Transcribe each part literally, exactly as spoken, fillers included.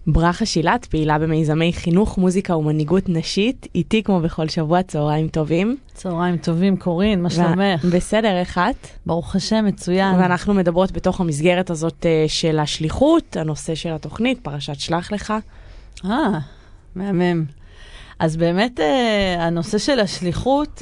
ברכה שילת, פעילה במיזמי חינוך, מוזיקה ומנהיגות נשית, איתי כמו בכל שבוע. צהריים טובים. צהריים טובים, קורין, מה שלומך? בסדר, איך את? ברוך השם, מצוין. ואנחנו מדברות בתוך המסגרת הזאת של השליחות, הנושא של התוכנית, פרשת שלח לך. אה, מהמם. אז באמת הנושא של השליחות,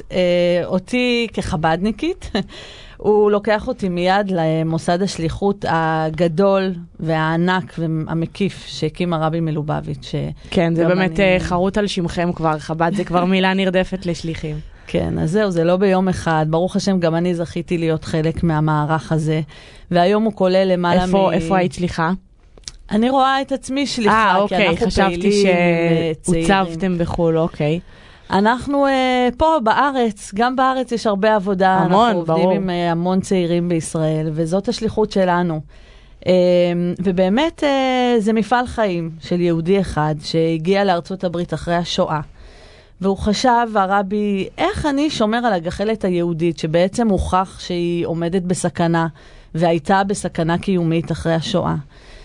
אותי כחבדניקית, הוא לוקח אותי מיד למוסד השליחות הגדול והענק והמקיף שהקים הרבי מלובביץ'. כן, זה באמת אני... חרוט על שמכם כבר, חב"ד זה כבר מילה נרדפת לשליחים. כן, אז זהו, זה לא ביום אחד. ברוך השם, גם אני זכיתי להיות חלק מהמערך הזה, והיום הוא כולל למעלה איפה, מ... איפה היית שליחה? אני רואה את עצמי שליחה, 아, כי אוקיי, אנחנו פעילים צעירים. חשבתי שהוצבתם בחול, אוקיי. אנחנו uh, פה בארץ, גם בארץ יש הרבה עבודה. המון, אנחנו ברור. עובדים עם uh, המון צעירים בישראל, וזאת השליחות שלנו. Uh, ובאמת uh, זה מפעל חיים של יהודי אחד שהגיע לארצות הברית אחרי השואה. והוא חשב, הרבי, איך אני שומר על הגחלת היהודית, שבעצם הוכח שהיא עומדת בסכנה, והייתה בסכנה קיומית אחרי השואה.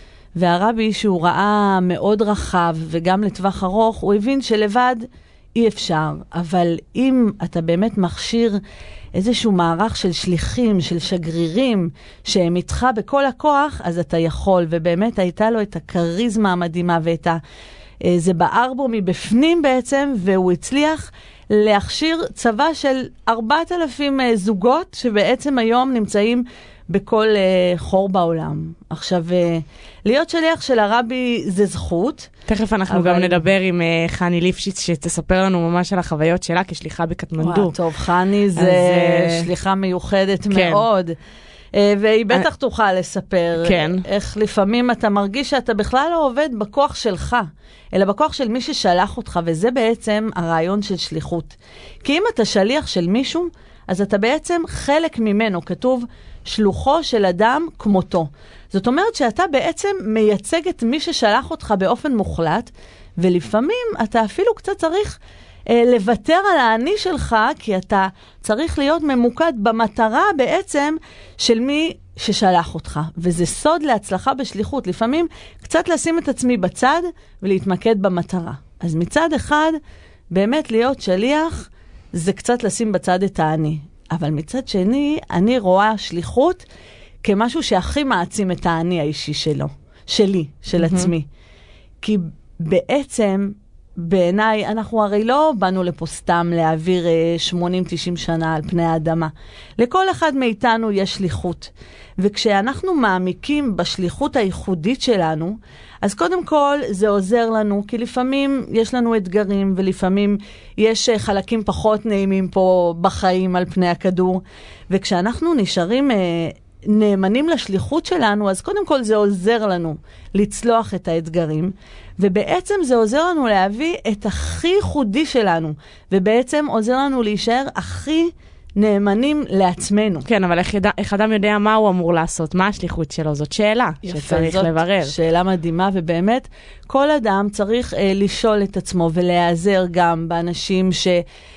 והרבי, שהוא ראה מאוד רחב וגם לטווח ארוך, הוא הבין שלבד אי אפשר, אבל אם אתה באמת מכשיר איזשהו מערך של שליחים, של שגרירים, שהם איתך בכל הכוח, אז אתה יכול, ובאמת הייתה לו את הקריזמה המדהימה, ואת ה... זה בער בו מבפנים בעצם, והוא הצליח להכשיר צבא של ארבעת אלפים זוגות, שבעצם היום נמצאים בכל uh, חור בעולם. עכשיו, uh, להיות שליח של הרבי זה זכות. תכף אנחנו אבל... גם נדבר עם uh, חני ליפשיץ, שתספר לנו ממש על החוויות שלה כשליחה בקטמנדו. וואו, טוב, חני זה אז, שליחה מיוחדת כן. מאוד. Uh, והיא בטח I... תוכל לספר כן. איך לפעמים אתה מרגיש שאתה בכלל לא עובד בכוח שלך, אלא בכוח של מי ששלח אותך, וזה בעצם הרעיון של שליחות. כי אם אתה שליח של מישהו, אז אתה בעצם חלק ממנו, כתוב שלוחו של אדם כמותו. זאת אומרת שאתה בעצם מייצג את מי ששלח אותך באופן מוחלט, ולפעמים אתה אפילו קצת צריך אה, לוותר על האני שלך, כי אתה צריך להיות ממוקד במטרה בעצם של מי ששלח אותך. וזה סוד להצלחה בשליחות. לפעמים קצת לשים את עצמי בצד ולהתמקד במטרה. אז מצד אחד, באמת להיות שליח, זה קצת לשים בצד את האני. אבל מצד שני, אני רואה שליחות כמשהו שהכי מעצים את האני האישי שלו, שלי, של mm-hmm. עצמי. כי בעצם, בעיניי, אנחנו הרי לא באנו לפה סתם להעביר שמונים תשעים שנה על פני האדמה. לכל אחד מאיתנו יש שליחות. וכשאנחנו מעמיקים בשליחות הייחודית שלנו, אז קודם כל זה עוזר לנו, כי לפעמים יש לנו אתגרים, ולפעמים יש חלקים פחות נעימים פה בחיים על פני הכדור. וכשאנחנו נשארים אה, נאמנים לשליחות שלנו, אז קודם כל זה עוזר לנו לצלוח את האתגרים, ובעצם זה עוזר לנו להביא את הכי ייחודי שלנו, ובעצם עוזר לנו להישאר הכי נאמנים לעצמנו. כן, אבל איך, ידע, איך אדם יודע מה הוא אמור לעשות? מה השליחות שלו? זאת שאלה יפה, שצריך זאת לברר. שאלה מדהימה, ובאמת כל אדם צריך אה, לשאול את עצמו ולהיעזר גם באנשים ש...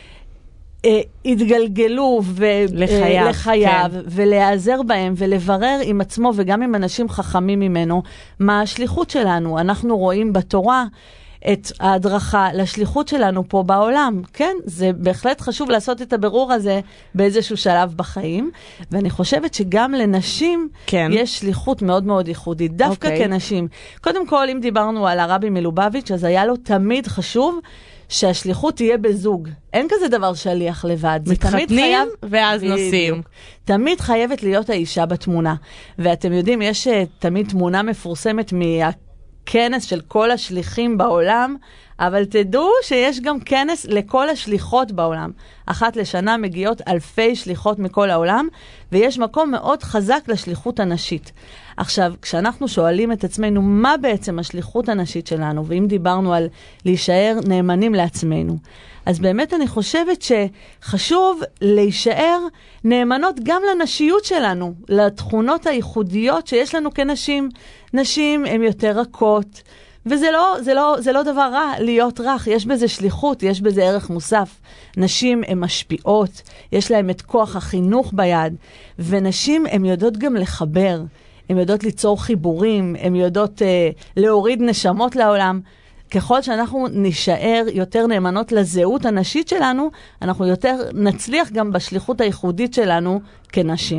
התגלגלו לחייו, לחייו כן. ולהיעזר בהם ולברר עם עצמו וגם עם אנשים חכמים ממנו מה השליחות שלנו. אנחנו רואים בתורה את ההדרכה לשליחות שלנו פה בעולם. כן, זה בהחלט חשוב לעשות את הבירור הזה באיזשהו שלב בחיים, ואני חושבת שגם לנשים כן. יש שליחות מאוד מאוד ייחודית, דווקא okay. כנשים. קודם כל, אם דיברנו על הרבי מלובביץ', אז היה לו תמיד חשוב שהשליחות תהיה בזוג. אין כזה דבר שליח לבד. מתחתנים ואז נוסעים. תמיד חייבת להיות האישה בתמונה. ואתם יודעים, יש תמיד תמונה מפורסמת מהכנס של כל השליחים בעולם, אבל תדעו שיש גם כנס לכל השליחות בעולם. אחת לשנה מגיעות אלפי שליחות מכל העולם, ויש מקום מאוד חזק לשליחות הנשית. עכשיו, כשאנחנו שואלים את עצמנו מה בעצם השליחות הנשית שלנו, ואם דיברנו על להישאר נאמנים לעצמנו, אז באמת אני חושבת שחשוב להישאר נאמנות גם לנשיות שלנו, לתכונות הייחודיות שיש לנו כנשים. נשים הן יותר רכות, וזה לא, זה לא, זה לא דבר רע להיות רך, יש בזה שליחות, יש בזה ערך מוסף. נשים הן משפיעות, יש להן את כוח החינוך ביד, ונשים הן יודעות גם לחבר, הן יודעות ליצור חיבורים, הן יודעות אה, להוריד נשמות לעולם. ככל שאנחנו נשאר יותר נאמנות לזהות הנשית שלנו, אנחנו יותר נצליח גם בשליחות הייחודית שלנו כנשים.